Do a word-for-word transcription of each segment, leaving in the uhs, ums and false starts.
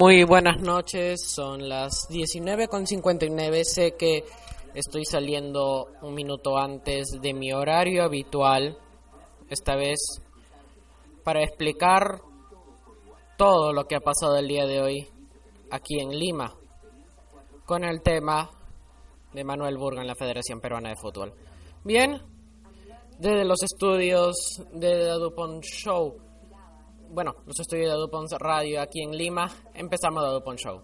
Muy buenas noches, son las diecinueve con cincuenta y nueve. Sé que estoy saliendo un minuto antes de mi horario habitual, esta vez para explicar todo lo que ha pasado el día de hoy aquí en Lima, con el tema de Manuel Burga en la Federación Peruana de Fútbol. Bien, desde los estudios de The Dupont Show, bueno, los estudios de Dupont Radio aquí en Lima, empezamos The Dupont Show.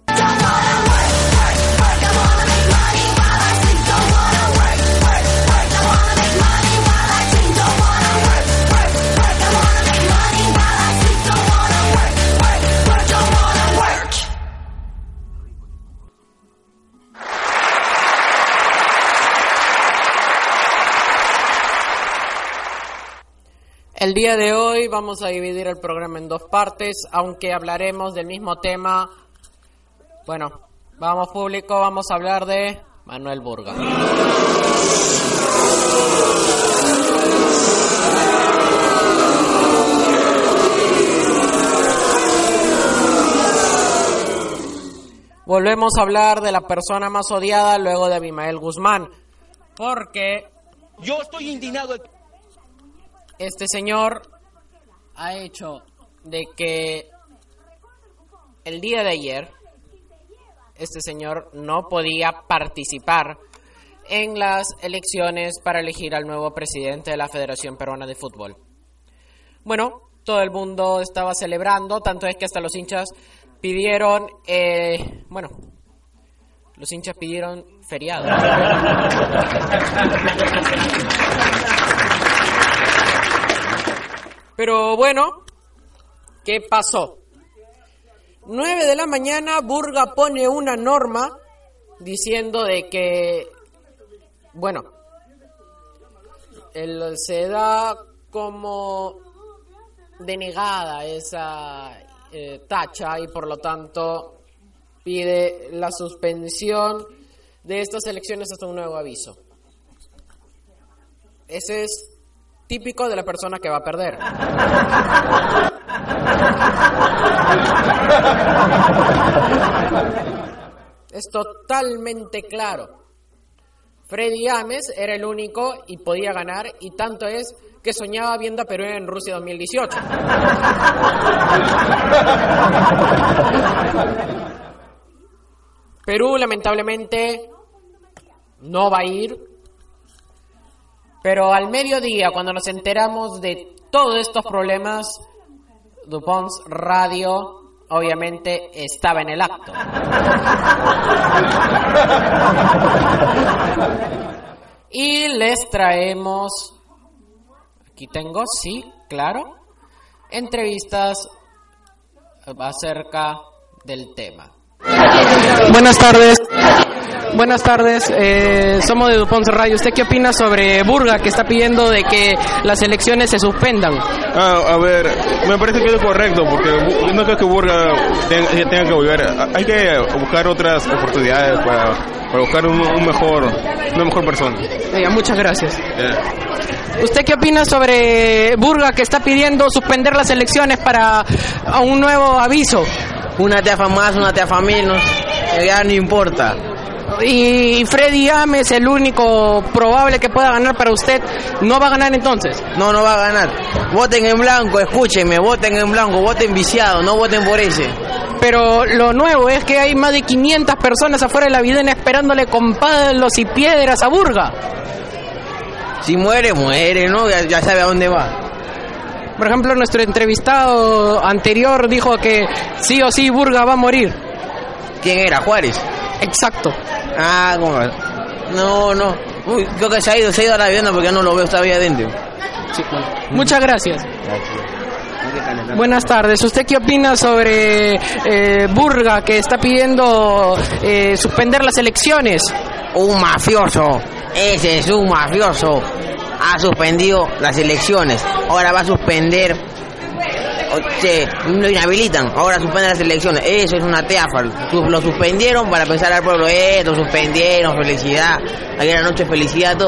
El día de hoy vamos a dividir el programa en dos partes, aunque hablaremos del mismo tema. Bueno, vamos público, vamos a hablar de Manuel Burga. Volvemos a hablar de la persona más odiada luego de Abimael Guzmán, porque yo estoy indignado. Este señor ha hecho de que el día de ayer este señor no podía participar en las elecciones para elegir al nuevo presidente de la Federación Peruana de Fútbol. Bueno, todo el mundo estaba celebrando, tanto es que hasta los hinchas pidieron, eh, bueno, los hinchas pidieron feriado. Pero bueno, ¿qué pasó? nueve de la mañana, Burga pone una norma diciendo de que, bueno, él se da como denegada esa eh, tacha y por lo tanto pide la suspensión de estas elecciones hasta un nuevo aviso. Ese es típico de la persona que va a perder. Es totalmente claro. Freddy Ames era el único y podía ganar, y tanto es que soñaba viendo a Perú en Rusia dos mil dieciocho. Perú lamentablemente no va a ir. Pero al mediodía, cuando nos enteramos de todos estos problemas, Dupont Radio obviamente estaba en el acto. Y les traemos, aquí tengo, sí, claro, entrevistas acerca del tema. Buenas tardes. Buenas tardes, eh, somos de Dupont Radio. ¿Usted qué opina sobre Burga, que está pidiendo de que las elecciones se suspendan? Ah, a ver, me parece que es correcto, porque no creo que Burga tenga, tenga que volver. Hay que buscar otras oportunidades para, para buscar un, un mejor, una mejor persona. Eh, muchas gracias. Eh. ¿Usted qué opina sobre Burga, que está pidiendo suspender las elecciones para a un nuevo aviso? Una teafa más, una teafa menos, ya no importa. Y Freddy Ames, el único probable que pueda ganar para usted, ¿no va a ganar entonces? No, no va a ganar. Voten en blanco, escúchenme, voten en blanco, voten viciado, no voten por ese. Pero lo nuevo es que hay más de quinientas personas afuera de la Videna esperándole con palos y piedras a Burga. Si muere, muere, ¿no? Ya, ya sabe a dónde va. Por ejemplo, nuestro entrevistado anterior dijo que sí o sí Burga va a morir. ¿Quién era? ¿Juárez? Exacto. Ah, ¿cómo? No, no. Uy, creo que se ha ido, se ha ido a la vivienda porque no lo veo todavía adentro. Sí, bueno. Muchas gracias. Gracias. Buenas tardes. ¿Usted qué opina sobre eh, Burga, que está pidiendo eh, suspender las elecciones? Un mafioso. Ese es un mafioso. Ha suspendido las elecciones. Ahora va a suspender. Se lo inhabilitan, ahora suspenden las elecciones. Eso es una teafa. Lo suspendieron para pensar al pueblo. Eh, lo suspendieron, felicidad. Ayer anoche felicidad, todo.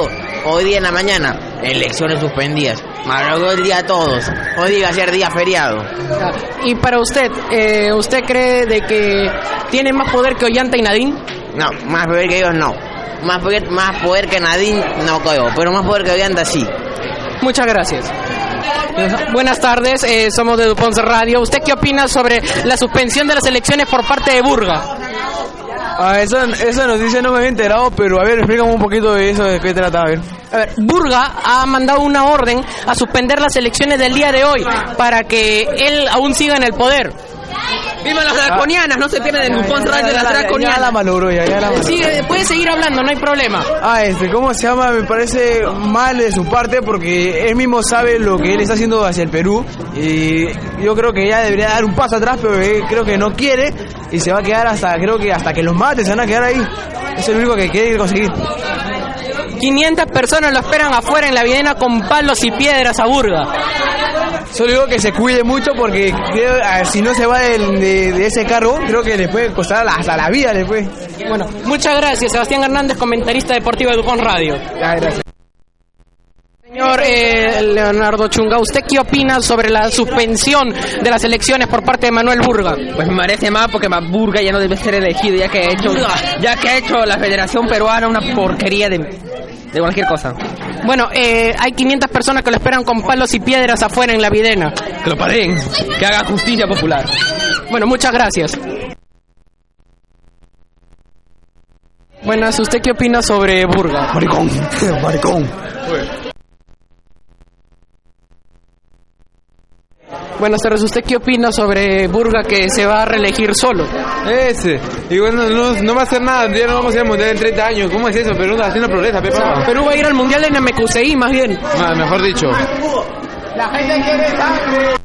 hoy día en la mañana, elecciones suspendidas. Malogró el día a todos. Hoy día va a ser día feriado. Y para usted, eh, ¿usted cree de que tiene más poder que Ollanta y Nadine? No, más poder que ellos no. Más poder, más poder que Nadine no creo, pero más poder que Ollanta sí. Muchas gracias. Buenas tardes, eh, somos de Dupont Radio. ¿Usted qué opina sobre la suspensión de las elecciones por parte de Burga? Ah, esa, esa noticia no me había enterado, pero a ver, explícame un poquito de eso, de qué trata, a ver. A ver, Burga ha mandado una orden a suspender las elecciones del día de hoy para que él aún siga en el poder. ¡Viva las draconianas! No se pierdan en Dupont Radio, las draconianas. Ya la malogró, ya, ya la malogró. Sí, puede seguir hablando, no hay problema. Ah, este, ¿cómo se llama? Me parece mal de su parte porque él mismo sabe lo que él está haciendo hacia el Perú y yo creo que ya debería dar un paso atrás, pero él creo que no quiere y se va a quedar hasta, creo que hasta que los maten, se van a quedar ahí. Eso es lo único que quiere conseguir. quinientas personas lo esperan afuera en la Videna con palos y piedras a Burga. Solo digo que se cuide mucho porque creo, si no se va de, de, de ese cargo, creo que le puede costar hasta la vida después. Bueno, muchas gracias, Sebastián Hernández, comentarista deportivo de Dupont Radio. Ya, gracias. Señor eh, Leonardo Chunga, ¿usted qué opina sobre la suspensión de las elecciones por parte de Manuel Burga? Pues me parece mal porque Burga ya no debe ser elegido, ya que ha hecho, ya que ha hecho la Federación Peruana una porquería de, de cualquier cosa. Bueno, eh, hay quinientas personas que lo esperan con palos y piedras afuera en la Videna. Que lo paren, que haga justicia popular. Bueno, muchas gracias. Buenas, ¿usted qué opina sobre Burga? Maricón, maricón. Buenas tardes, ¿usted qué opina sobre Burga que se va a reelegir solo? Ese, y bueno, no, no va a hacer nada, ya no vamos a ir al mundial en treinta años. ¿Cómo es eso? Perú está haciendo progresa, Pepa. O sea, Perú va a ir al mundial de Namekusei, más bien. Ah, mejor dicho. La gente quiere sangre.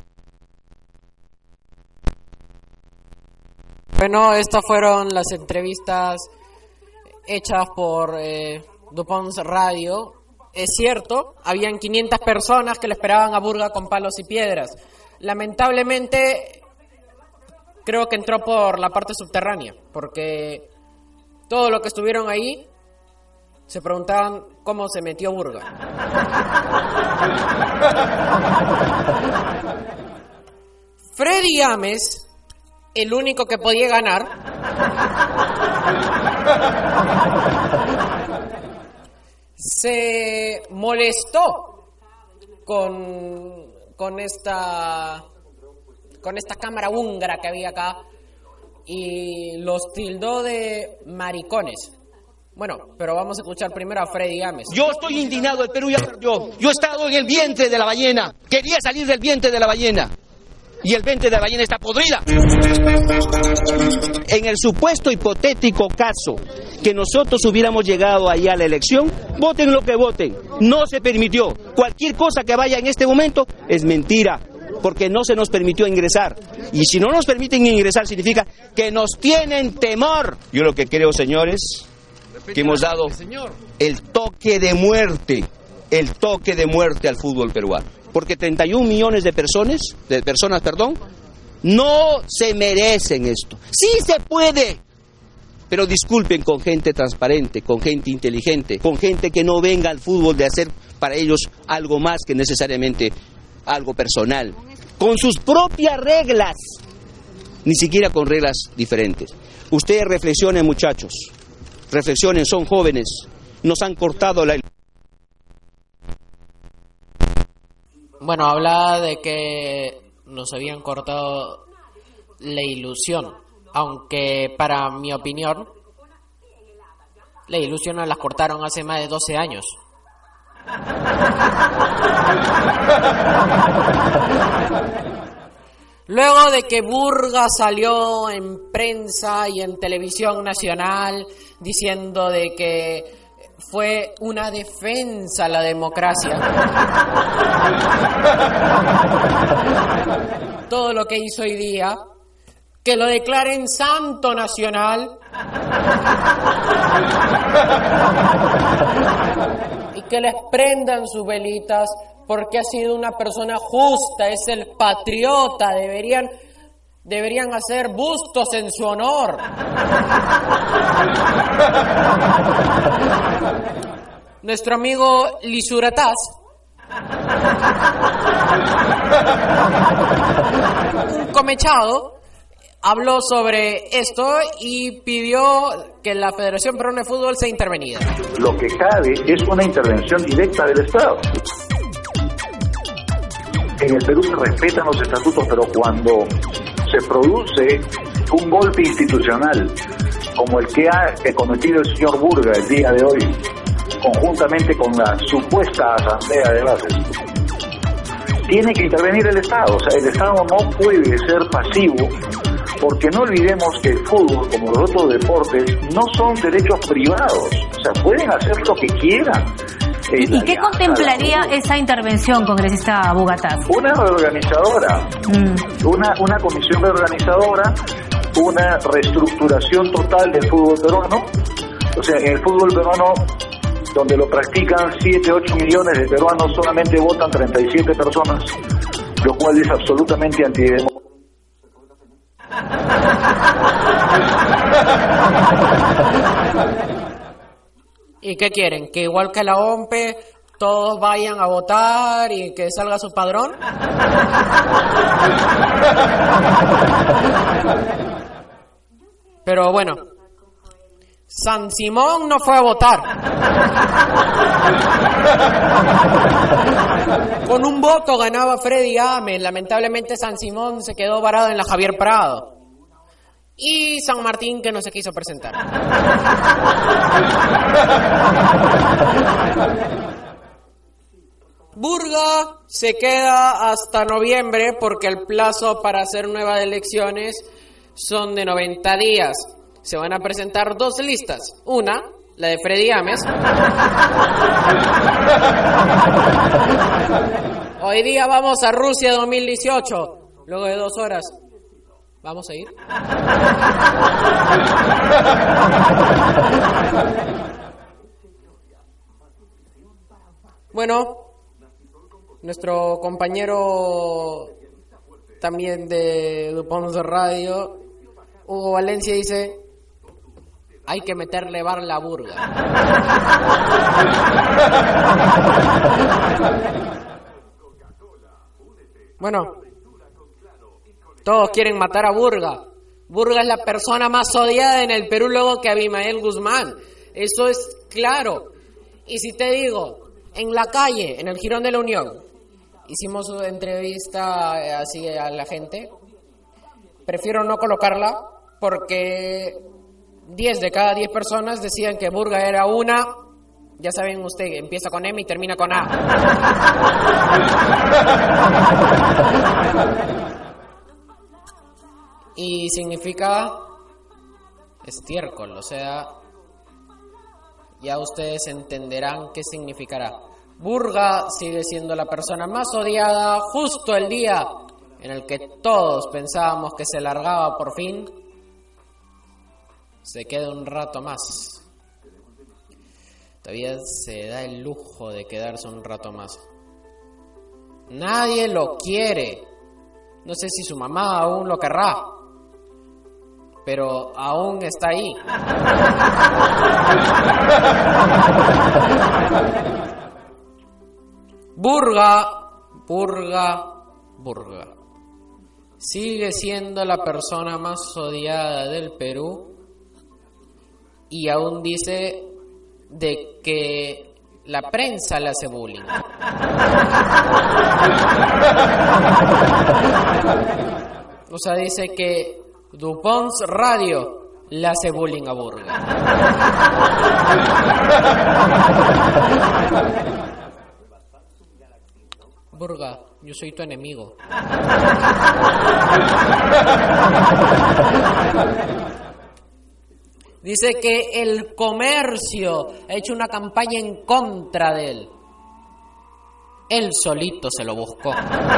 Bueno, estas fueron las entrevistas hechas por eh, Dupont Radio. Es cierto, habían quinientas personas que le esperaban a Burga con palos y piedras. Lamentablemente, creo que entró por la parte subterránea, porque todo lo que estuvieron ahí se preguntaban cómo se metió Burga. Freddy Ames, el único que podía ganar, se molestó con, con esta con esta cámara húngara que había acá y los tildó de maricones. Bueno, pero vamos a escuchar primero a Freddy Ames. Yo estoy indignado, el Perú ya perdió. Yo he estado en el vientre de la ballena. Quería salir del vientre de la ballena. Y el vientre de la ballena está podrida. En el supuesto hipotético caso que nosotros hubiéramos llegado allá a la elección, voten lo que voten. No se permitió. Cualquier cosa que vaya en este momento es mentira, porque no se nos permitió ingresar. Y si no nos permiten ingresar significa que nos tienen temor. Yo lo que creo, señores, que hemos dado el toque de muerte, el toque de muerte al fútbol peruano. Porque treinta y un millones de personas, de personas, perdón, no se merecen esto. Sí se puede, pero disculpen, con gente transparente, con gente inteligente, con gente que no venga al fútbol de hacer para ellos algo más que necesariamente algo personal, con sus propias reglas, ni siquiera con reglas diferentes. Ustedes reflexionen, muchachos, reflexionen, son jóvenes, nos han cortado la... Bueno, hablaba de que nos habían cortado la ilusión, aunque para mi opinión, la ilusión nos la cortaron hace más de doce años. Luego de que Burga salió en prensa y en televisión nacional diciendo de que fue una defensa a la democracia, todo lo que hizo hoy día, que lo declaren santo nacional y que les prendan sus velitas porque ha sido una persona justa, es el patriota, deberían, deberían hacer bustos en su honor. nuestro amigo Lisurataz, un comechado, habló sobre esto y pidió que la Federación Peruana de Fútbol sea intervenida. Lo que cabe es una intervención directa del Estado. En el Perú se respetan los estatutos, pero cuando se produce un golpe institucional como el que ha cometido el señor Burga el día de hoy, conjuntamente con la supuesta asamblea de bases, tiene que intervenir el Estado. O sea, el Estado no puede ser pasivo, porque no olvidemos que el fútbol, como los otros deportes, no son derechos privados. O sea, pueden hacer lo que quieran. ¿Y, ¿Y qué contemplaría esa intervención, congresista Bugataz? Una reorganizadora, mm. una, una comisión reorganizadora, una reestructuración total del fútbol peruano. O sea, en el fútbol peruano, donde lo practican siete, ocho millones de peruanos, solamente votan treinta y siete personas, lo cual es absolutamente antidemocrático. ¿Y qué quieren? ¿Que igual que la O M P E todos vayan a votar y que salga su padrón? Pero bueno, San Simón no fue a votar. Con un voto ganaba Freddy Ames. Lamentablemente San Simón se quedó varado en la Javier Prado. Y San Martín, que no se quiso presentar. Burga se queda hasta noviembre porque el plazo para hacer nuevas elecciones son de noventa días. Se van a presentar dos listas. Una, la de Freddy Ames. Hoy día vamos a Rusia dos mil dieciocho. Luego de dos horas. ¿Vamos a ir? Bueno, nuestro compañero también de Dupont Radio, Hugo Valencia, dice: hay que meterle bar la Burga. Bueno, todos quieren matar a Burga. Burga es la persona más odiada en el Perú luego que Abimael Guzmán. Eso es claro. Y si te digo, en la calle, en el Jirón de la Unión, hicimos una entrevista eh, así a la gente. Prefiero no colocarla porque diez de cada diez personas decían que Burga era una, ya saben ustedes, empieza con M y termina con A. Y significa estiércol, o sea, ya ustedes entenderán qué significará. Burga sigue siendo la persona más odiada justo el día en el que todos pensábamos que se largaba por fin. Se queda un rato más. Todavía se da el lujo de quedarse un rato más. Nadie lo quiere. No sé si su mamá aún lo querrá, pero aún está ahí. Burga, Burga, Burga. Sigue siendo la persona más odiada del Perú y aún dice de que la prensa le hace bullying. O sea, dice que Dupont Radio le hace bullying a Burga. Burga, yo soy tu enemigo. Dice que el comercio ha hecho una campaña en contra de él. Él solito se lo buscó.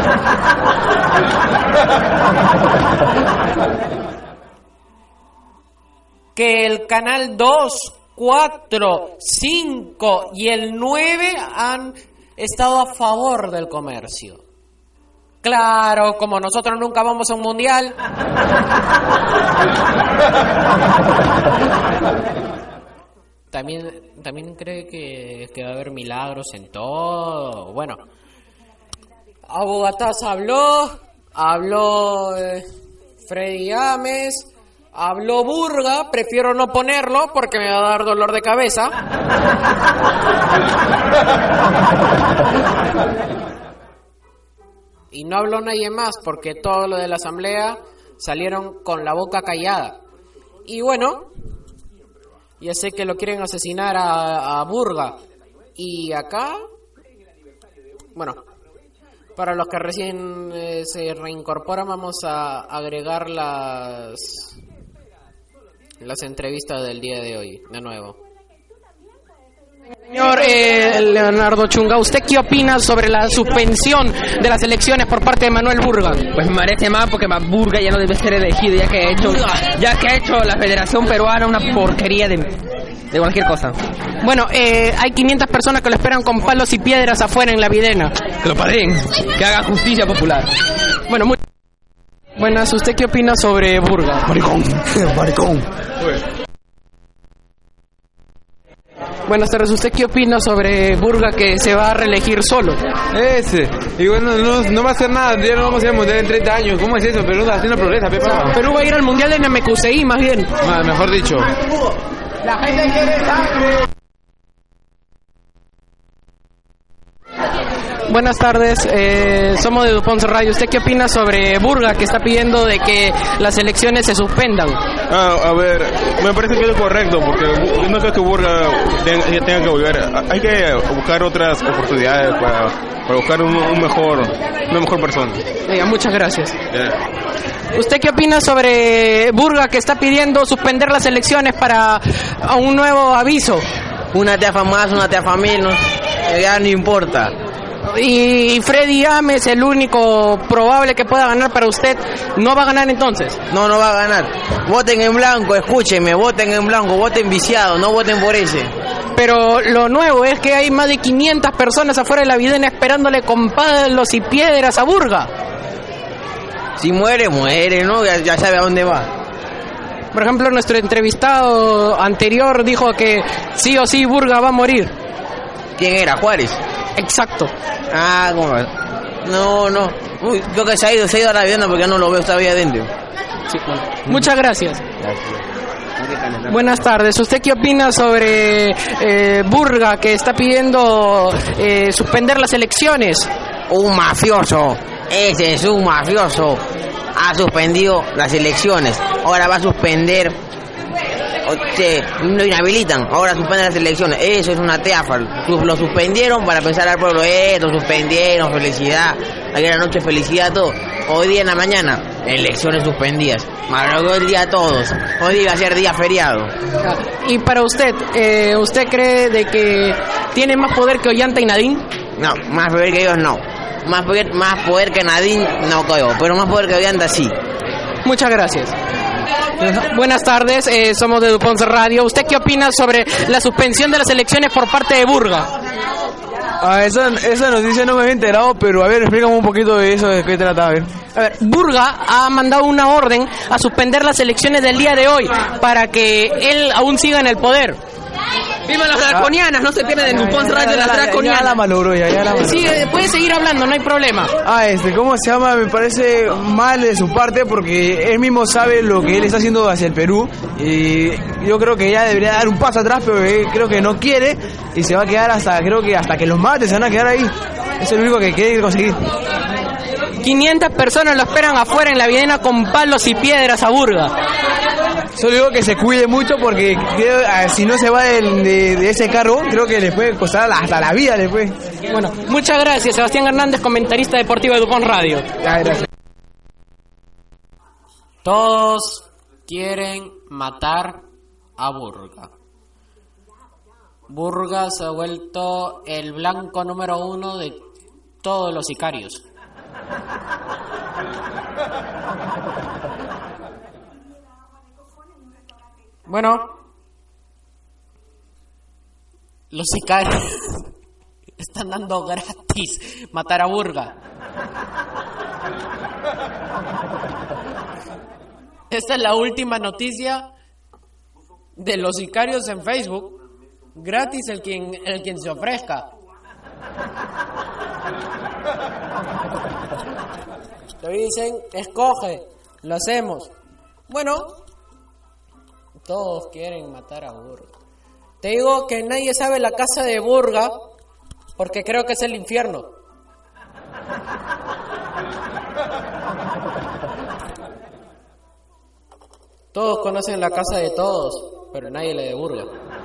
Que el canal dos, cuatro, cinco y el nueve han estado a favor del comercio. Claro, como nosotros nunca vamos a un mundial. también, también cree que, que va a haber milagros en todo. Bueno, a Bogotá habló, habló eh, Freddy Ames, habló Burga, prefiero no ponerlo porque me va a dar dolor de cabeza. Y no habló nadie más porque todo lo de la asamblea salieron con la boca callada. Y bueno, ya sé que lo quieren asesinar a, a Burga. Y acá, bueno, para los que recién eh, se reincorporan, vamos a agregar las, las entrevistas del día de hoy, de nuevo. Señor eh, Leonardo Chunga, ¿usted qué opina sobre la suspensión de las elecciones por parte de Manuel Burga? Pues me parece mal porque más Burga ya no debe ser elegido, ya que ha hecho, ya que ha hecho la Federación Peruana una porquería de, de cualquier cosa. Bueno, eh, hay quinientas personas que lo esperan con palos y piedras afuera en la Videna. Que lo paren, que haga justicia popular. Bueno, muy buenas, ¿usted qué opina sobre Burga? Maricón, maricón. Buenas tardes, ¿usted qué opina sobre Burga que se va a reelegir solo? Ese, y bueno, no, no va a hacer nada, ya no vamos a ir al mundial en treinta años. ¿Cómo es eso? Perú está haciendo progresa, Pepa. Perú va a ir al mundial de N M Q C I, más bien. Ah, mejor dicho. La gente quiere sangre. Buenas tardes, eh, somos de Dupont Radio. ¿Usted qué opina sobre Burga que está pidiendo de que las elecciones se suspendan? Ah, a ver, me parece que es correcto porque no creo que Burga tenga, tenga que volver. Hay que buscar otras oportunidades para, para buscar un, un mejor, una mejor persona. Oiga, muchas gracias. Yeah. ¿Usted qué opina sobre Burga que está pidiendo suspender las elecciones para a un nuevo aviso? Una teafa más, una teafa menos, ya no importa. Y Freddy Ames, el único probable que pueda ganar para usted, ¿no va a ganar entonces? No, no va a ganar. Voten en blanco, escúchenme, voten en blanco, voten viciado, no voten por ese. Pero lo nuevo es que hay más de quinientas personas afuera de la Videna esperándole con palos y piedras a Burga. Si muere, muere, ¿no? Ya, ya sabe a dónde va. Por ejemplo, nuestro entrevistado anterior dijo que sí o sí Burga va a morir. ¿Quién era? ¿Juárez? Exacto. Ah, ¿cómo? No, no. Uy, creo que se ha ido, se ha ido a la Videna porque ya no lo veo, está ahí adentro. Sí, bueno. Muchas gracias. Gracias. Buenas tardes. ¿Usted qué opina sobre eh, Burga que está pidiendo eh, suspender las elecciones? Un mafioso. Ese es un mafioso. Ha suspendido las elecciones. Ahora va a suspender. Se lo inhabilitan, ahora suspenden las elecciones. Eso es una teafa. Lo suspendieron para pensar al pueblo. Eh, lo suspendieron, felicidad. Ayer anoche felicidad todo. Hoy día en la mañana, elecciones suspendidas. Malogró el día a todos. Hoy día va a ser día feriado. Y para usted, eh, ¿usted cree de que tiene más poder que Ollanta y Nadine? No, más poder que ellos no. Más poder, más poder que Nadine no creo, pero más poder que Ollanta sí. Muchas gracias. Buenas tardes, eh, somos de Dupont Radio. ¿Usted qué opina sobre la suspensión de las elecciones por parte de Burga? Ah, esa, esa noticia no me había enterado, pero a ver, explícame un poquito de eso, de qué trata, a ver. A ver, Burga ha mandado una orden a suspender las elecciones del día de hoy para que él aún siga en el poder. ¡Viva las draconianas! No se pierdan en Dupont Radio las draconianas. Ya la malogró, ya, ya la malogró. Sí, puede seguir hablando, no hay problema. Ah, este, ¿cómo se llama? Me parece mal de su parte porque él mismo sabe lo que él está haciendo hacia el Perú y yo creo que ya debería dar un paso atrás, pero creo que no quiere y se va a quedar hasta, creo que hasta que los mates se van a quedar ahí. Es el único que quiere conseguir. quinientas personas lo esperan afuera en la Videna con palos y piedras a Burga. Solo digo que se cuide mucho porque creo, si no se va de, de, de ese carro, creo que le puede costar hasta la vida. Le puede. Bueno, muchas gracias, Sebastián Hernández, comentarista deportivo de Dupont Radio. Ah, gracias. Todos quieren matar a Burga. Burga se ha vuelto el blanco número uno de todos los sicarios. Bueno, los sicarios están dando gratis matar a Burga. Esta es la última noticia de los sicarios en Facebook. Gratis el quien, el quien se ofrezca. Te dicen, escoge, lo hacemos. Bueno, todos quieren matar a Burga. Te digo que nadie sabe la casa de Burga porque creo que es el infierno. Todos conocen la casa de todos, pero nadie la de Burga.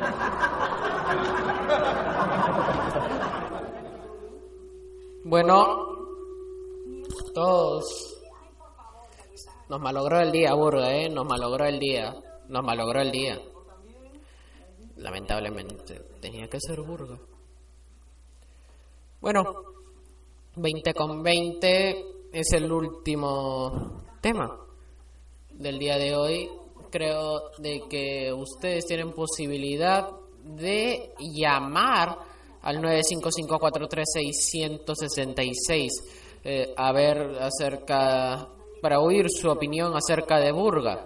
Bueno, todos. Nos malogró el día, Burga, ¿eh? Nos malogró el día. Nos malogró el día. Lamentablemente, tenía que ser Burga. Bueno, veinte con veinte es el último tema del día de hoy. Creo de que ustedes tienen posibilidad de llamar al nueve cinco cinco cuatro tres seis seis seis eh, a ver acerca, para oír su opinión acerca de Burga.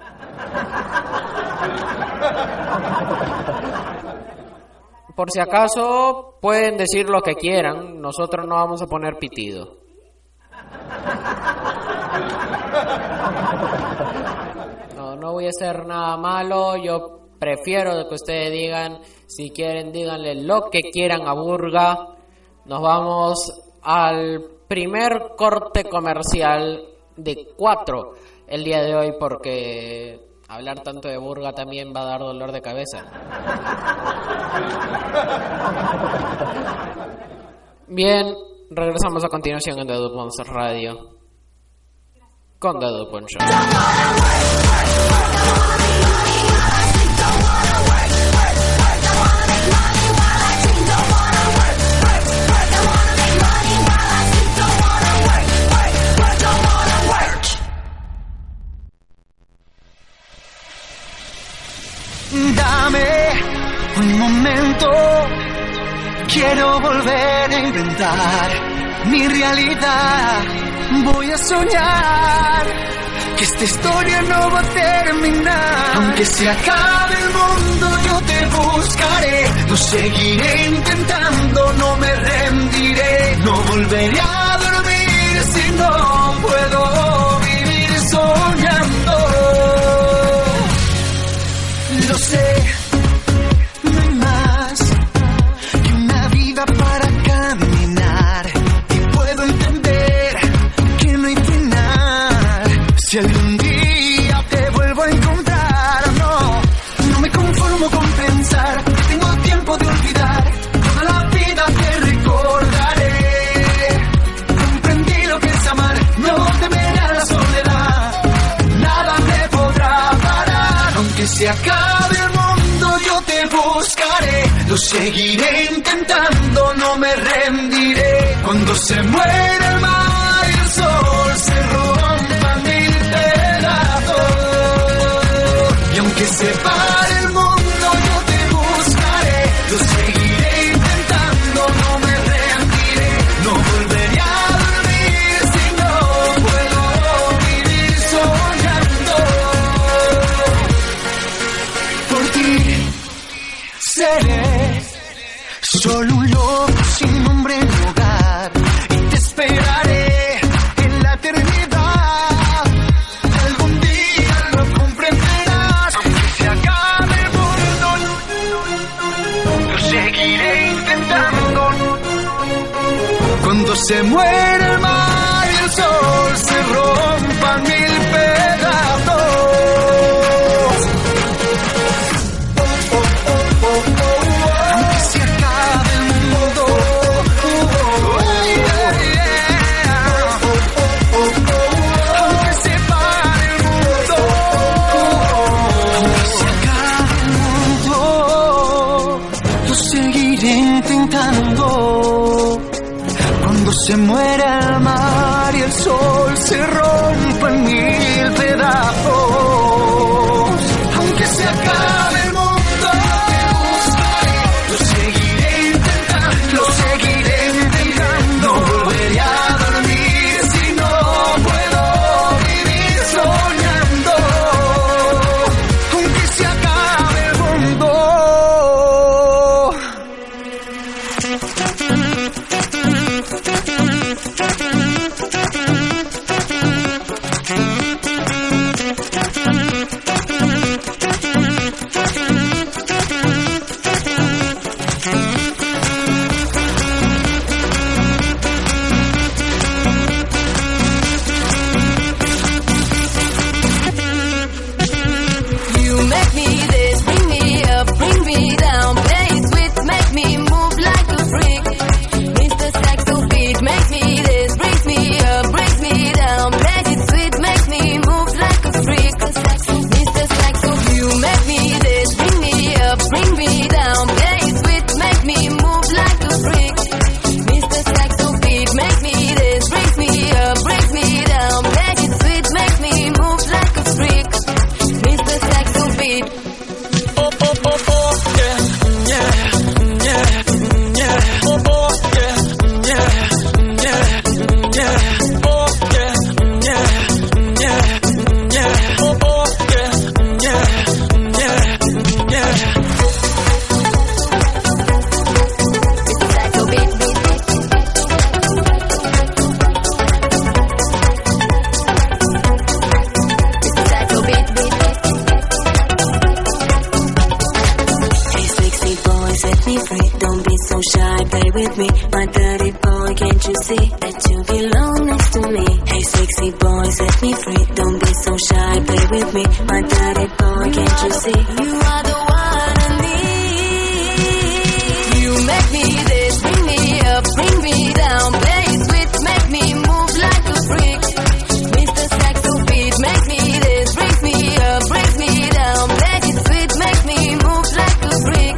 Por si acaso pueden decir lo que quieran, nosotros no vamos a poner pitido. No, no voy a hacer nada malo, yo prefiero que ustedes digan, si quieren díganle lo que quieran a Burga. Nos vamos al primer corte comercial de cuatro el día de hoy porque hablar tanto de Burga también va a dar dolor de cabeza. Bien, regresamos a continuación en The Dupont Radio con The Dupont Show. Dame un momento, quiero volver a inventar mi realidad. Voy a soñar que esta historia no va a terminar. Aunque se acabe el mundo, yo te buscaré. Lo seguiré intentando, no me rendiré. No volveré a dormir si no puedo vivir soñando. Lo sé, no hay más que una vida para caminar. Y puedo entender que no hay final. Si algún día te vuelvo a encontrar, no, no me conformo con pensar que tengo tiempo de olvidar. Toda la vida te recordaré. Comprendí lo que es amar, no temeré a la soledad. Nada me podrá parar, aunque se acabe el mundo, yo te buscaré. Lo seguiré intentando, no me rendiré. Cuando se muere el mar y el sol se rompa en mil pedazos. Y aunque se pare el mundo, yo te buscaré. Lo seguiré intentando, no me rendiré. No volveré a dormir si no puedo vivir soñando. Por ti seré solo un loco sin nombre ni hogar, y te esperaré en la eternidad. Algún día lo comprenderás. Aunque se acabe el mundo, lo seguiré intentando. Cuando se muere el mar y el sol se rompan mil pedazos. Aunque se acabe el mundo, aunque se pare el mundo, aunque se acabe el mundo, lo seguiré intentando. Cuando se muera el mar y el sol se rompa en mil pedazos. Aunque se acabe el mundo, lo seguiré intentando, lo seguiré intentando. No volveré a dormir si no puedo vivir soñando. Aunque se acabe el mundo. me, my dirty boy, can't you see that you belong next to me? Hey sexy boy, set me free, don't be so shy, play with me, my dirty boy, can't you see? You are the one I need. You make me this, bring me up, bring me down, play it sweet, make me move like a freak. Mister Saxo Beat, make me this, brings me up, brings me down, play it sweet, make me move like a freak.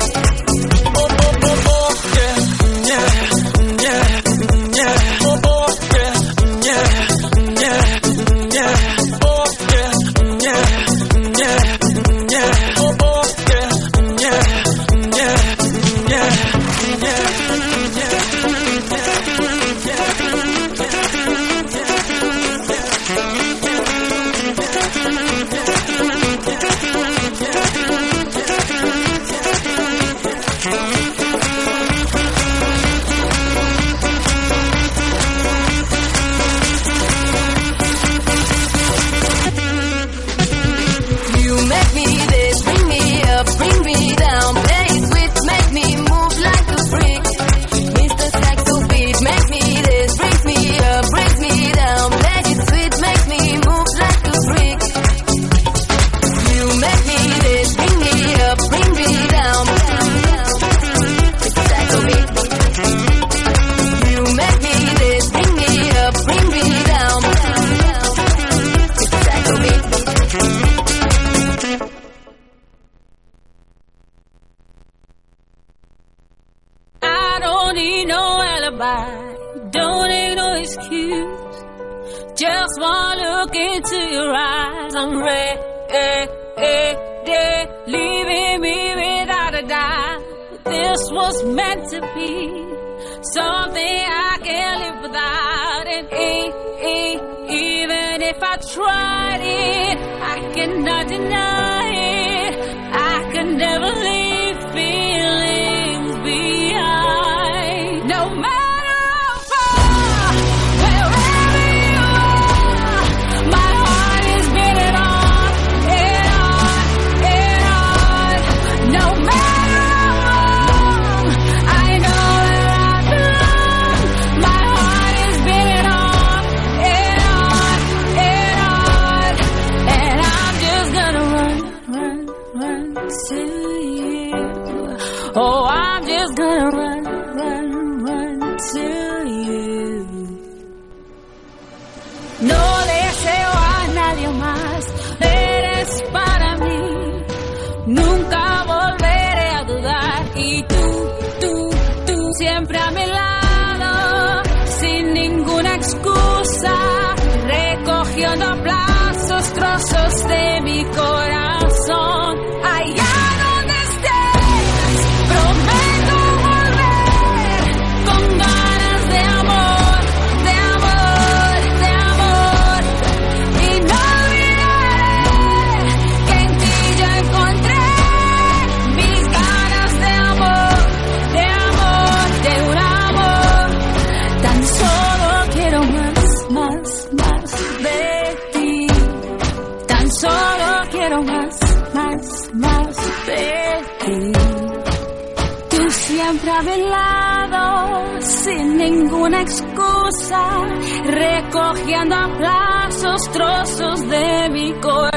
Recogiendo a plazos trozos de mi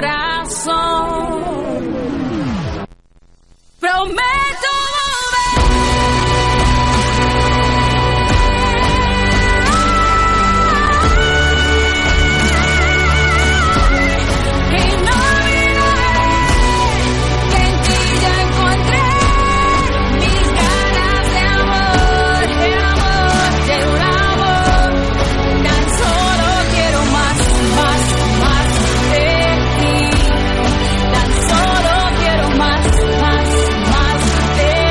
corazón. Prometo Tan solo quiero más, más, más de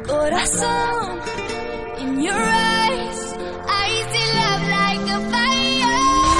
corazón. In your eyes, I see love like a fire.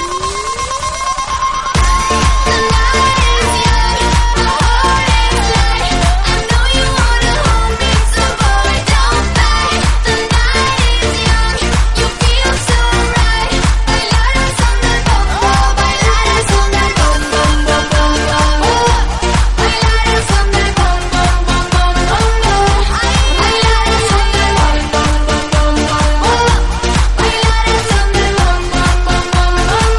The night is young, the heart is light. I know you wanna hold me, so boy, don't fight. The night is young, you feel so right. Bailar al son del bombo, bailar al son del bombo, bom, bom, bom, bom. Bailar al son del bombo, bom, bom, bom, bom. Bailar al son del bombo, bom, bom, bom, bom. Bailar al son del bombo, bom, bom, bom,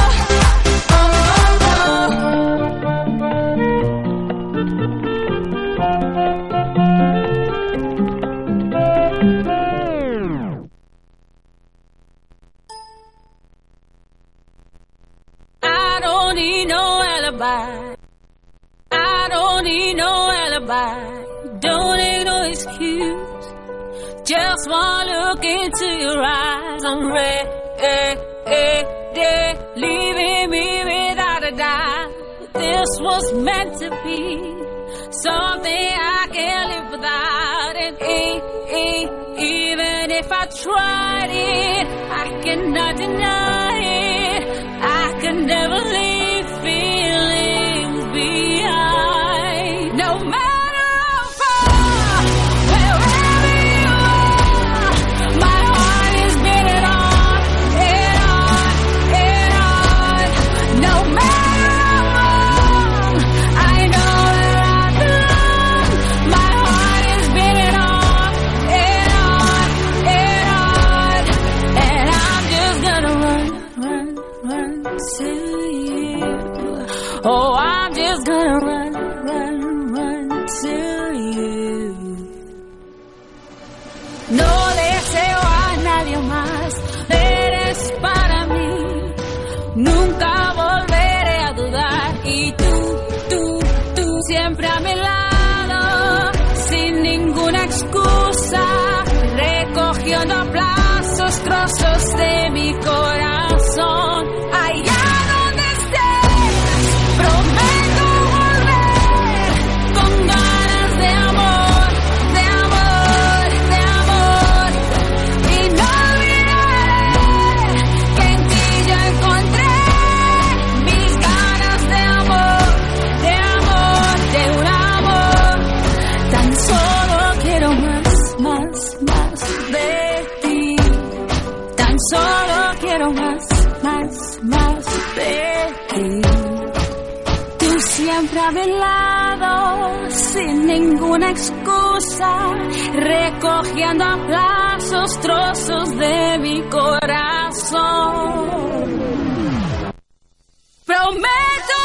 I don't need no alibi. I don't need no alibi. Don't need no excuse. Just one look into your eyes. I'm ready, leaving me without a doubt. This was meant to be something I can't live without. And e- e- even if I tried it, I cannot deny it. I can never leave feelings behind. No matter how far, wherever you are, my heart is beating on and on and on. No matter how long, I know where I belong. My heart is beating on and on and on. And I'm just gonna run, run, run to you. Oh, I'm just gonna run, run, run to you. No deseo a nadie más, eres para mí. Nunca volveré a dudar. Y tú, tú, tú siempre a mi lado, sin ninguna excusa, recogiendo a plazos trozos de mi corazón. Allá donde estés, prometo volver con ganas de amor, de amor, de amor. Y no olvidaré que en ti yo encontré mis ganas de amor, de amor, de un amor. Tan solo quiero más, más, más de ti. Tan solo quiero más, más, más de ti. Tú siempre a mi lado, sin ninguna excusa, recogiendo a plazos trozos de mi corazón. Prometo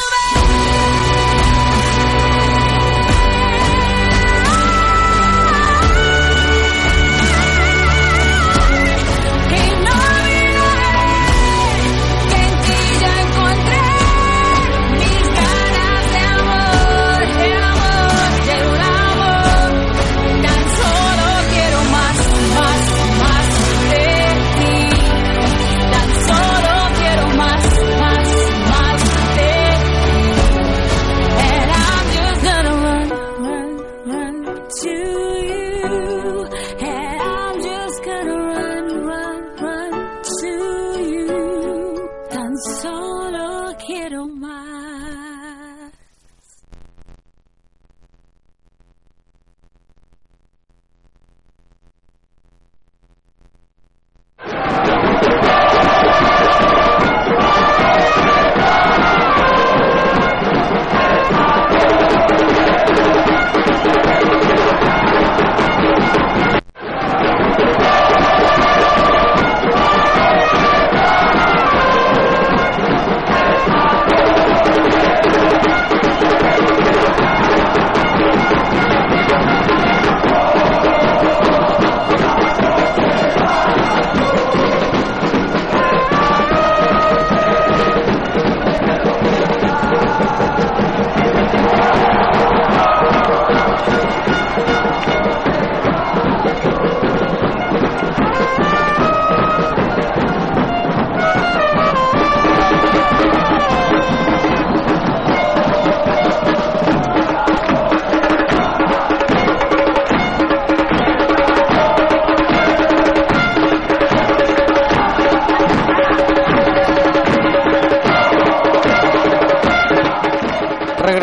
que no olvidaré que en ti yo encontré mis ganas de amor, de amor, de un amor. Tan solo quiero más, más, más de ti. Tan solo quiero más, más, más de ti. And I'm just gonna run, run, run to you. And I'm just gonna run, run, run to you. Tan solo quiero más.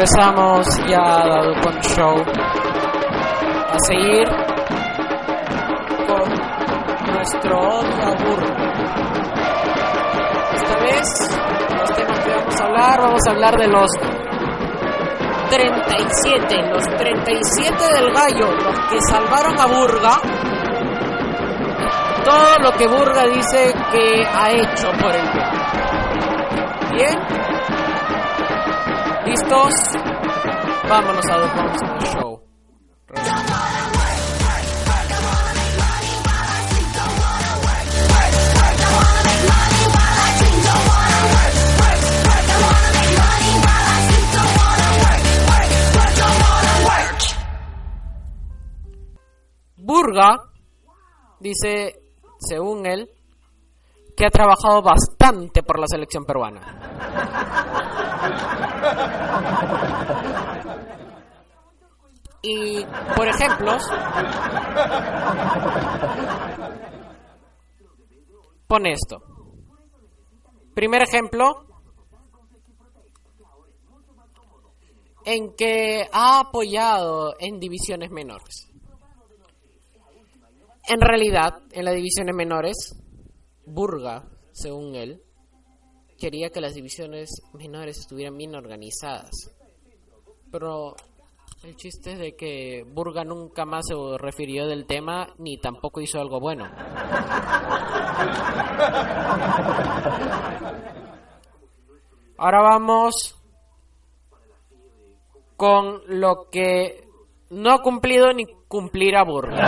regresamos ya a Dadukon Show a seguir con nuestro odio a Burga. Esta vez los temas que vamos a hablar, vamos a hablar de los treinta y siete, los treinta y siete del Gallo, los que salvaron a Burga. Todo lo que Burga dice que ha hecho por el bien. ¿Bien? ¿Listos? Vámonos a Dadukon Show. Burga dice, según él, que ha trabajado bastante por la selección peruana. Y, por ejemplo, pone esto. Primer ejemplo, en que ha apoyado en divisiones menores. En realidad, en las divisiones menores, Burga, según él, quería que las divisiones menores estuvieran bien organizadas. Pero el chiste es de que Burga nunca más se refirió del tema, ni tampoco hizo algo bueno. Ahora vamos con lo que no ha cumplido ni cumplirá Burga.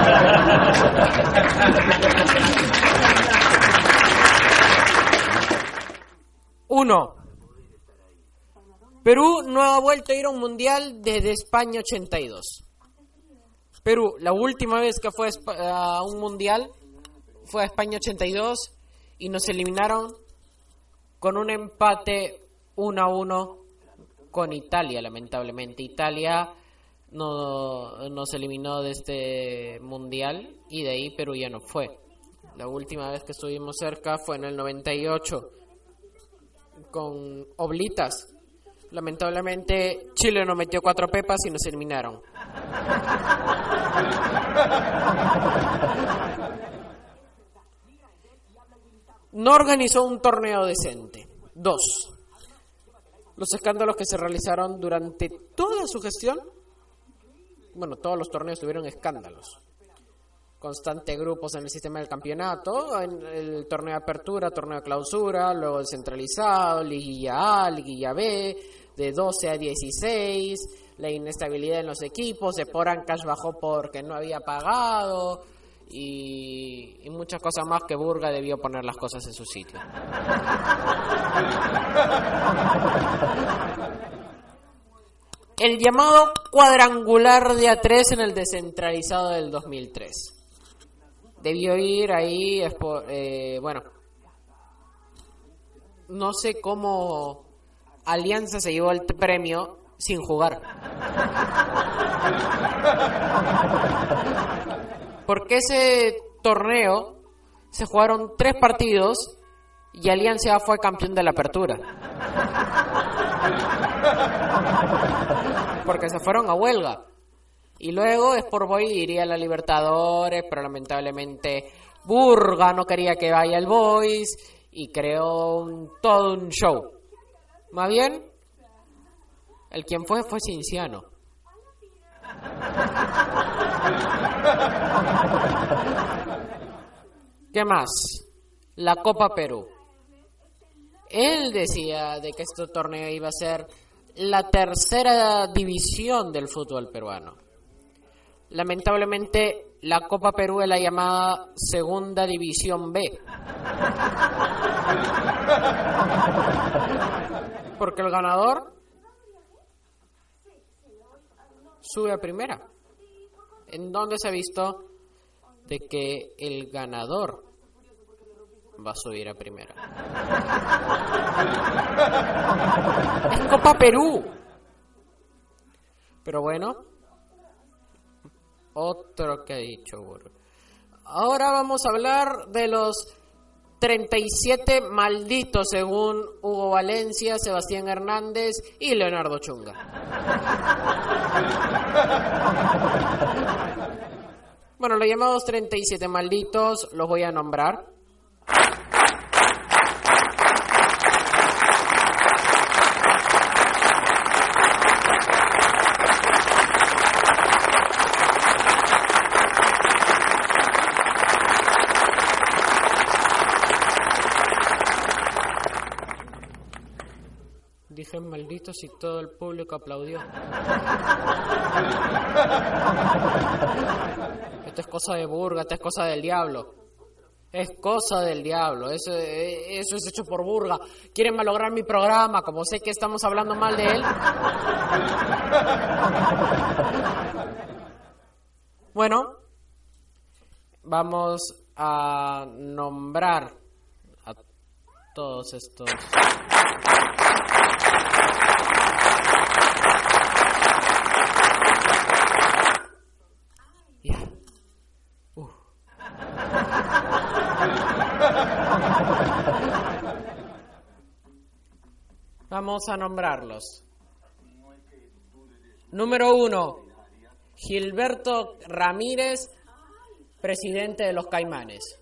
Uno. Perú no ha vuelto a ir a un mundial desde España ochenta y dos. Perú, la última vez que fue a un mundial fue a España ochenta y dos y nos eliminaron con un empate uno a uno con Italia, lamentablemente. Italia no nos eliminó de este mundial y de ahí Perú ya no fue. La última vez que estuvimos cerca fue en el noventa y ocho con Oblitas. Lamentablemente Chile nos metió cuatro pepas y nos eliminaron. No organizó un torneo decente. Dos. Los escándalos que se realizaron durante toda su gestión. Bueno, todos los torneos tuvieron escándalos. Constantes grupos en el sistema del campeonato, en el torneo de apertura, torneo de clausura, luego descentralizado, liguilla A, liguilla B, de doce a dieciséis, la inestabilidad en los equipos, Sport Ancash bajó porque no había pagado y, y muchas cosas más que Burga debió poner las cosas en su sitio. El llamado cuadrangular de A tres en el descentralizado del dos mil tres. Debió ir ahí, eh, bueno, no sé cómo Alianza se llevó el premio sin jugar. Porque ese torneo se jugaron tres partidos y Alianza fue campeón de la apertura. Porque se fueron a huelga. Y luego Sport Boys iría a la Libertadores, pero lamentablemente Burga no quería que vaya el Boys y creó un, todo un show. Más bien, el quien fue fue Cinciano. ¿Qué más? La Copa Perú. Él decía de que este torneo iba a ser la tercera división del fútbol peruano. Lamentablemente, la Copa Perú es la llamada Segunda División B. Porque el ganador sube a primera. ¿En dónde se ha visto de que el ganador va a subir a primera? Es Copa Perú. Pero bueno, otro que ha dicho Burga. Ahora vamos a hablar de los treinta y siete malditos según Hugo Valencia, Sebastián Hernández y Leonardo Chunga. Bueno, los llamados treinta y siete malditos los voy a nombrar. Dije malditos y todo el público aplaudió. Esto es cosa de Burga, esto es cosa del diablo. Es cosa del diablo, eso, eso es hecho por Burga. Quieren malograr mi programa, como sé que estamos hablando mal de él. Bueno, vamos a nombrar a todos estos... Vamos a nombrarlos. Número uno, Gilberto Ramírez, presidente de los Caimanes.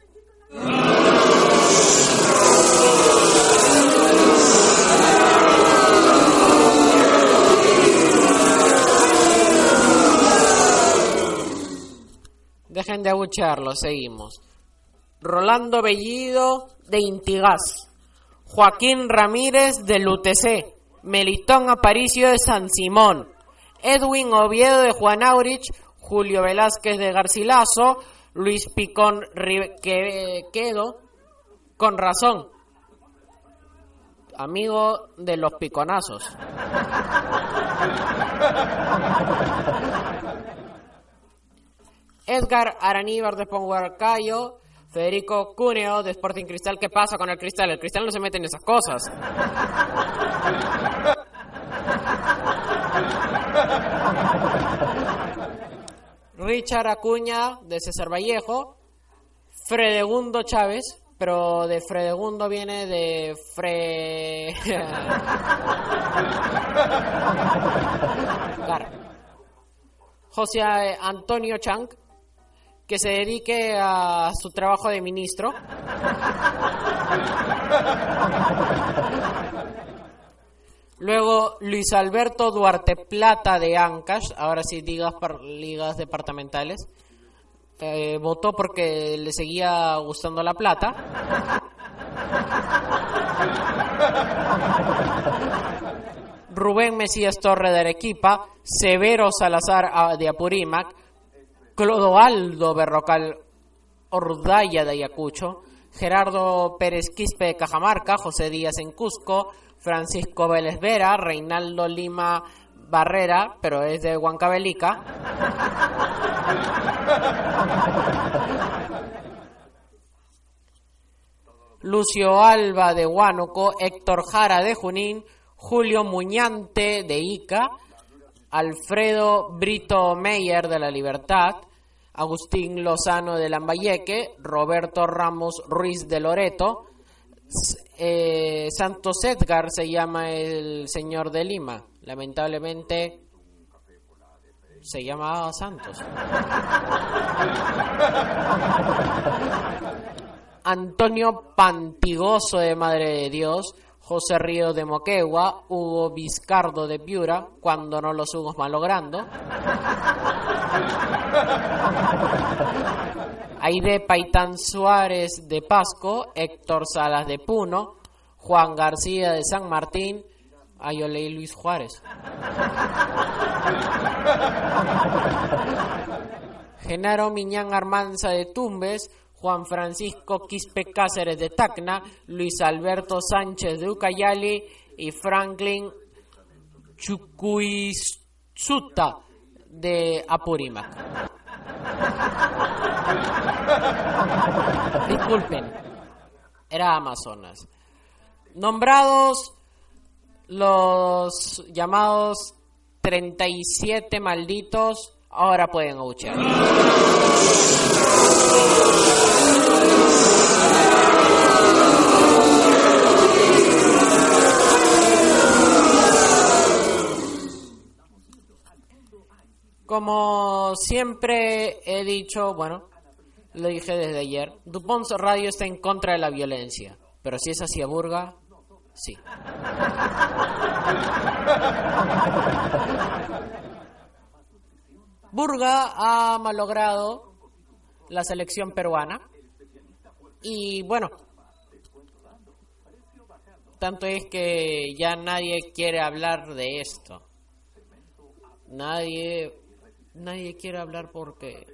Dejen de abuchearlo, seguimos. Rolando Bellido, de Intigas. Joaquín Ramírez, del U T C. Melitón Aparicio, de San Simón. Edwin Oviedo, de Juan Aurich. Julio Velázquez, de Garcilaso. Luis Picón Riquedo, con razón, amigo de los piconazos. Edgar Araníbar, de Ponguarcayo. Federico Cúneo, de Sporting Cristal. ¿Qué pasa con el Cristal? El Cristal no se mete en esas cosas. Richard Acuña, de César Vallejo. Fredegundo Chávez, pero de Fredegundo viene de Fre... Claro. José Antonio Chang, que se dedique a su trabajo de ministro. Luego Luis Alberto Duarte Plata, de Ancash, ahora sí ligas, par, ligas departamentales. Eh, votó porque le seguía gustando la plata. Rubén Mesías Torre, de Arequipa. Severo Salazar, de Apurímac. Clodoaldo Berrocal Ordaya, de Ayacucho. Gerardo Pérez Quispe, de Cajamarca. José Díaz, en Cusco. Francisco Vélez Vera. Reinaldo Lima Barrera, pero es de Huancavelica. Lucio Alba, de Huánuco. Héctor Jara, de Junín. Julio Muñante, de Ica. Alfredo Brito Meyer, de La Libertad. Agustín Lozano, de Lambayeque. Roberto Ramos Ruiz, de Loreto. Eh, Santos Edgar se llama el señor de Lima. Lamentablemente se llama Santos. Antonio Pantigoso, de Madre de Dios. José Río, de Moquegua. Hugo Vizcardo, de Piura, cuando no los Hugos malogrando. Aide Paitán Suárez, de Pasco. Héctor Salas, de Puno. Juan García, de San Martín. Ay, yo leí Luis Juárez. Genaro Miñán Armanza, de Tumbes. Juan Francisco Quispe Cáceres, de Tacna. Luis Alberto Sánchez, de Ucayali. Y Franklin Chucuizuta, de Apurímac. Disculpen, era Amazonas. Nombrados los llamados treinta y siete malditos, ahora pueden abuchear. siempre he dicho, bueno, lo dije desde ayer, Dupont Radio está en contra de la violencia, pero si es hacia Burga, sí. Burga ha malogrado la selección peruana y bueno, tanto es que ya nadie quiere hablar de esto. Nadie, nadie quiere hablar porque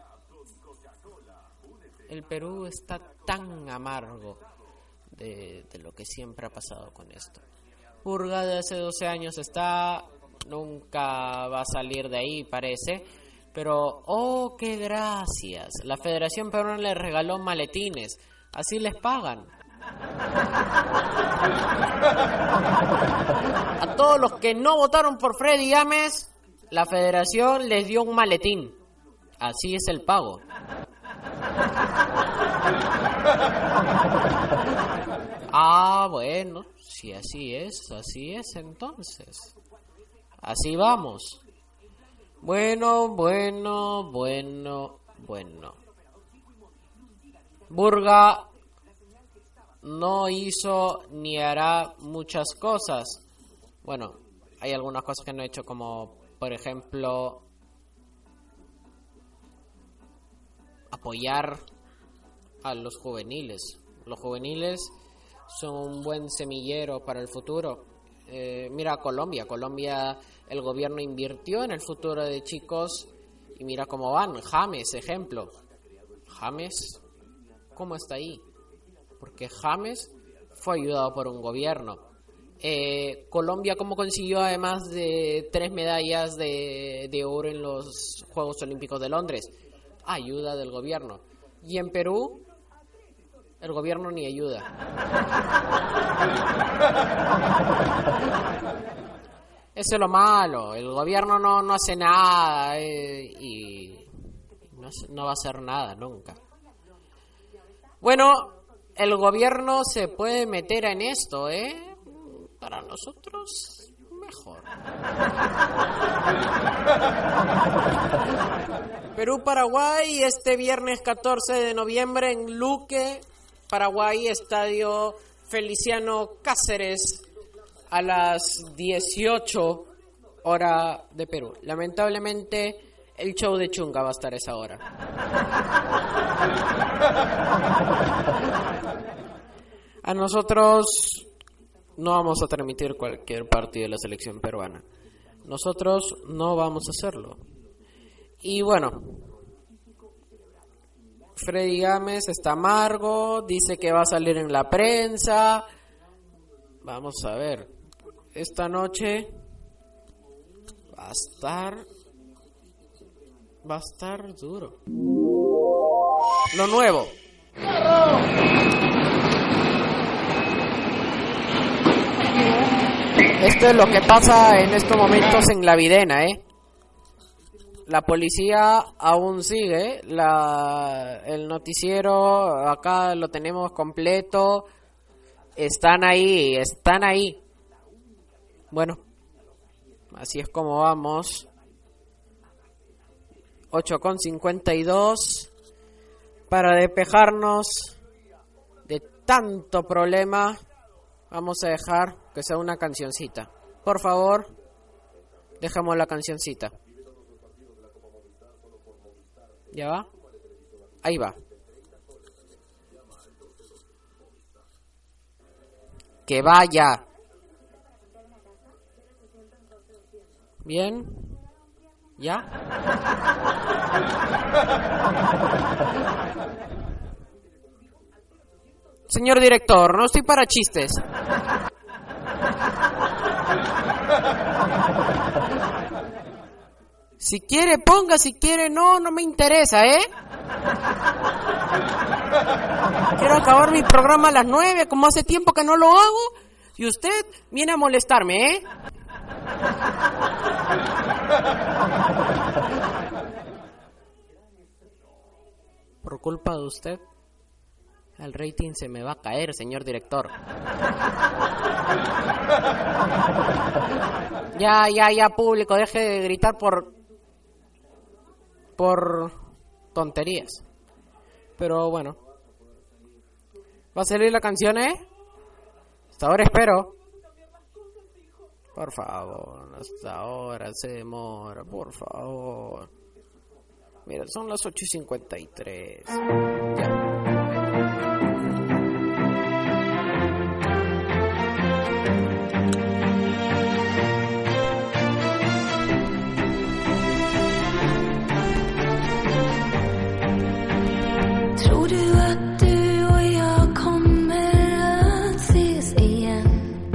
el Perú está tan amargo de, de lo que siempre ha pasado con esto. Burga de hace doce años está, nunca va a salir de ahí, parece. Pero, oh, qué gracias. La Federación Peruana les regaló maletines. Así les pagan. A todos los que no votaron por Freddy Gámez, la Federación les dio un maletín. Así es el pago. Ah, bueno, si así es, así es entonces. Así vamos. Bueno, bueno, bueno, bueno. Burga no hizo ni hará muchas cosas. Bueno, hay algunas cosas que no ha hecho, como por ejemplo apoyar a los juveniles. Los juveniles son un buen semillero para el futuro. Eh, mira Colombia, Colombia, el gobierno invirtió en el futuro de chicos y mira cómo van. James, ejemplo. James, ¿cómo está ahí? Porque James fue ayudado por un gobierno. Eh, Colombia, ¿cómo consiguió además de tres medallas de, de oro en los Juegos Olímpicos de Londres? Ayuda del gobierno. Y en Perú, el gobierno ni ayuda. Eso es lo malo. El gobierno no, no hace nada eh, y no, no va a hacer nada nunca. Bueno, el gobierno se puede meter en esto, ¿eh? Para nosotros, mejor. Perú-Paraguay, este viernes catorce de noviembre en Luque, Paraguay, Estadio Feliciano Cáceres, a las dieciocho hora de Perú. Lamentablemente, el show de Chunga va a estar a esa hora. A nosotros no vamos a transmitir cualquier partido de la selección peruana. Nosotros no vamos a hacerlo. Y bueno, Freddy Gámez está amargo, dice que va a salir en la prensa. Vamos a ver, esta noche va a estar, va a estar duro. Lo nuevo. Esto es lo que pasa en estos momentos en La Videna, ¿eh? La policía aún sigue, la, el noticiero acá lo tenemos completo, están ahí, están ahí. Bueno, así es como vamos. ocho con cincuenta y dos, para despejarnos de tanto problema, vamos a dejar que sea una cancioncita. Por favor, dejemos la cancioncita. ¿Ya va? Ahí va. Que vaya. Bien. ¿Ya? Señor director, no estoy para chistes. Si quiere, ponga, si quiere, no, no me interesa, ¿eh? Quiero acabar mi programa a las nueve, como hace tiempo que no lo hago, y usted viene a molestarme, ¿eh? Por culpa de usted, el rating se me va a caer, señor director. Ya, ya, ya, público, deje de gritar por... por tonterías. Pero bueno, ¿va a salir la canción, eh? Hasta ahora espero. Por favor, hasta ahora se demora, por favor. Mira, son las ocho y cincuenta y tres. Ya. Tror du att du och jag kommer att ses igen?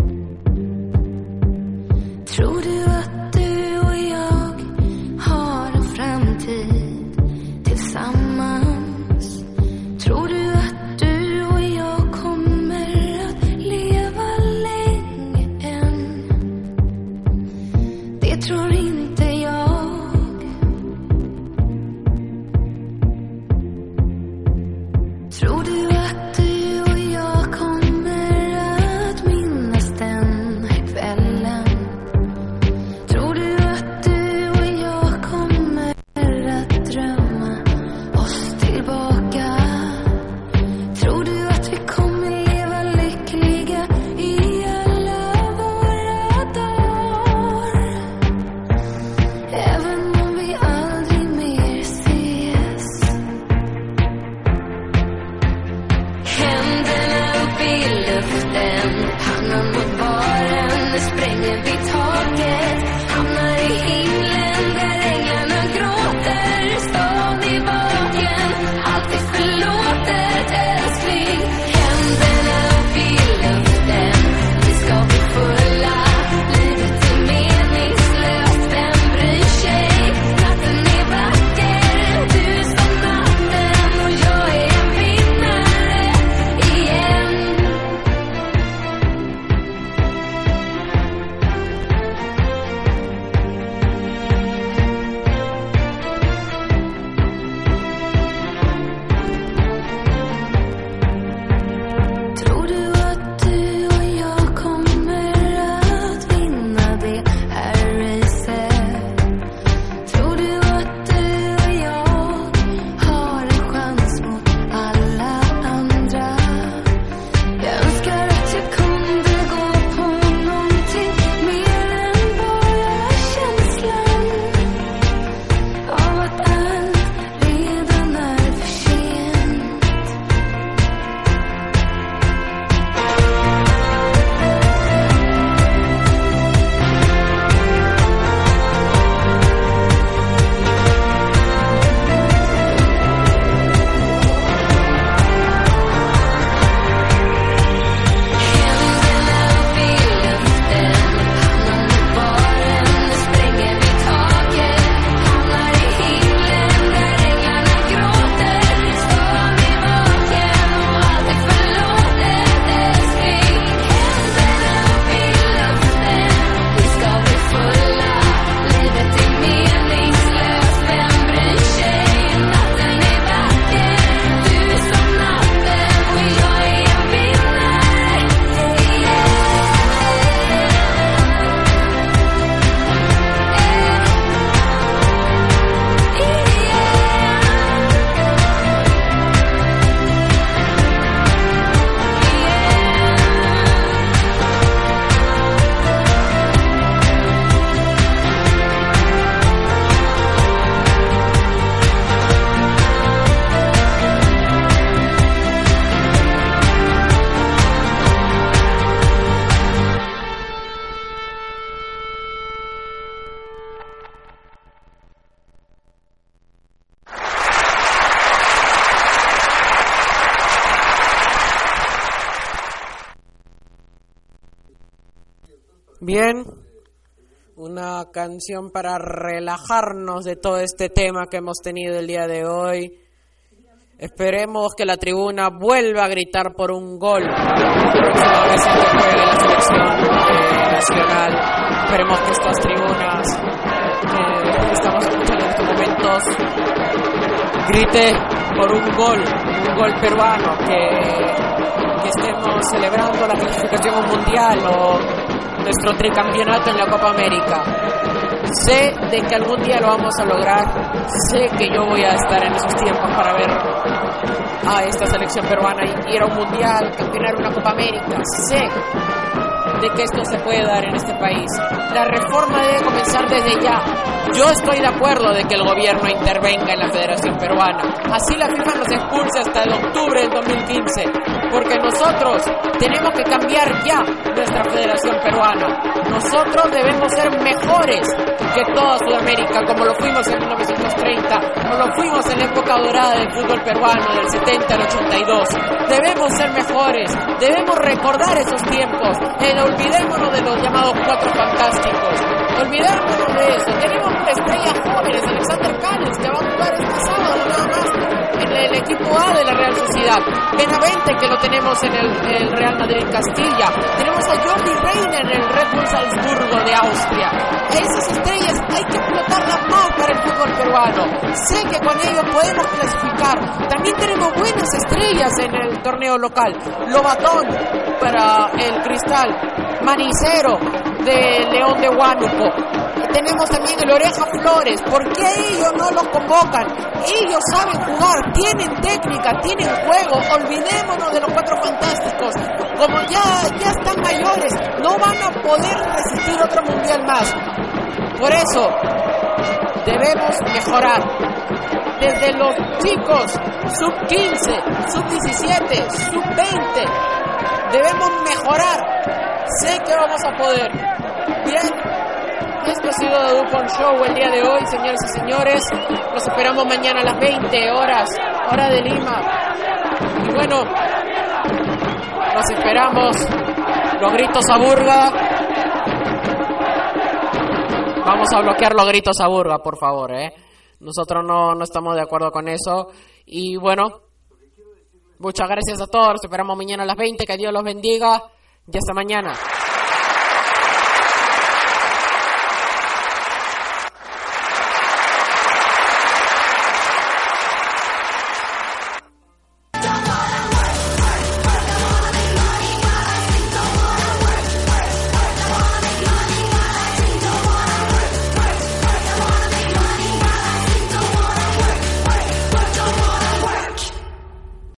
Tror du att du och jag har en framtid tillsammans? Tror du att du och jag kommer att leva länge än? Det tror inte jag. Tror du att du och jag kommer att minnas den här kvällen? Tror du att du och jag kommer att drömma oss tillbaka? Tror du att vi kommer leva lyckliga i alla våra dagar? Även om vi aldrig mer ses. Händerna upp i luften, pannan mot baren, spränger vi taket, hamnar i himlen där änglarna gråter, stadig vaken, allt är förlåtet älskling. Händerna upp i luften, vi ska bli fulla, livet är meningslöst, vem bryr sig? Natten är vacker, du är som natten och jag är en vinnare igen. Tror du att du och jag kommer att vinna det här racet? Tror du att du och jag har en chans mot alla andra? Jag önskar att jag kunde gå på någonting mer än bara känslan av att allt redan är för sent. Händerna upp i luften, pannan mot baren, spränger vi taket, hamnar i himlen där änglarna gråter, stadig vaken och allt är förlåtet älskling. Händerna upp i luften, vi ska bli fulla, livet är meningslöst, vem bryr sig? Natten är vacker, du är som natten och jag är en vinnare igen. Bien, una canción para relajarnos de todo este tema que hemos tenido el día de hoy. Esperemos que la tribuna vuelva a gritar por un gol la próxima vez que juegue la selección eh, nacional. Esperemos que estas tribunas eh, que estamos escuchando en estos momentos grite por un gol, un gol peruano, que, que estemos celebrando la clasificación a un mundial o nuestro tricampeonato en la Copa América. Sé de que algún día lo vamos a lograr Sé que yo voy a estar en esos tiempos para ver a esta selección peruana y ir a un mundial, campeonar una Copa América. Sé de que esto se puede dar en este país. La reforma debe comenzar desde ya. Yo estoy de acuerdo de que el gobierno intervenga en la Federación Peruana. Así la FIFA nos expulse hasta el octubre del dos mil quince. Porque nosotros tenemos que cambiar ya nuestra Federación Peruana. Nosotros debemos ser mejores que toda Sudamérica, como lo fuimos en mil novecientos treinta, como lo fuimos en la época dorada del fútbol peruano, del setenta al ochenta y dos. Debemos ser mejores, debemos recordar esos tiempos. Eh, olvidémonos de los llamados cuatro fantásticos. Olvidémonos de eso. Tenemos estrellas jóvenes, Alexander Canes, que va a jugar este sábado nada más en el equipo A de la Real Sociedad. Benavente, que lo tenemos en el, el Real Madrid Castilla. Tenemos a Jordi Reina en el Red Bull Salzburgo de Austria. A esas estrellas hay que explotarlas más para el fútbol peruano. Sé que con ellos podemos clasificar. También tenemos buenas estrellas en el torneo local. Lobatón para el Cristal, Manicero de León de Huánuco. Tenemos también el Oreja Flores. ¿Por qué ellos no los convocan? Ellos saben jugar, tienen técnica, tienen juego. Olvidémonos de los cuatro fantásticos. Como ya, ya están mayores, no van a poder resistir otro mundial más. Por eso, debemos mejorar. Desde los chicos, sub quince, sub diecisiete, sub veinte, debemos mejorar. Sé que vamos a poder. Bien. Esto ha sido The Dupont Show el día de hoy, señores y señores. Los esperamos mañana a las veinte horas, hora de Lima. Y bueno, los esperamos. Los gritos a Burga. Vamos a bloquear los gritos a Burga, por favor, ¿eh? Nosotros no, no estamos de acuerdo con eso. Y bueno, muchas gracias a todos. Los esperamos mañana a las veinte. Que Dios los bendiga. Y hasta mañana.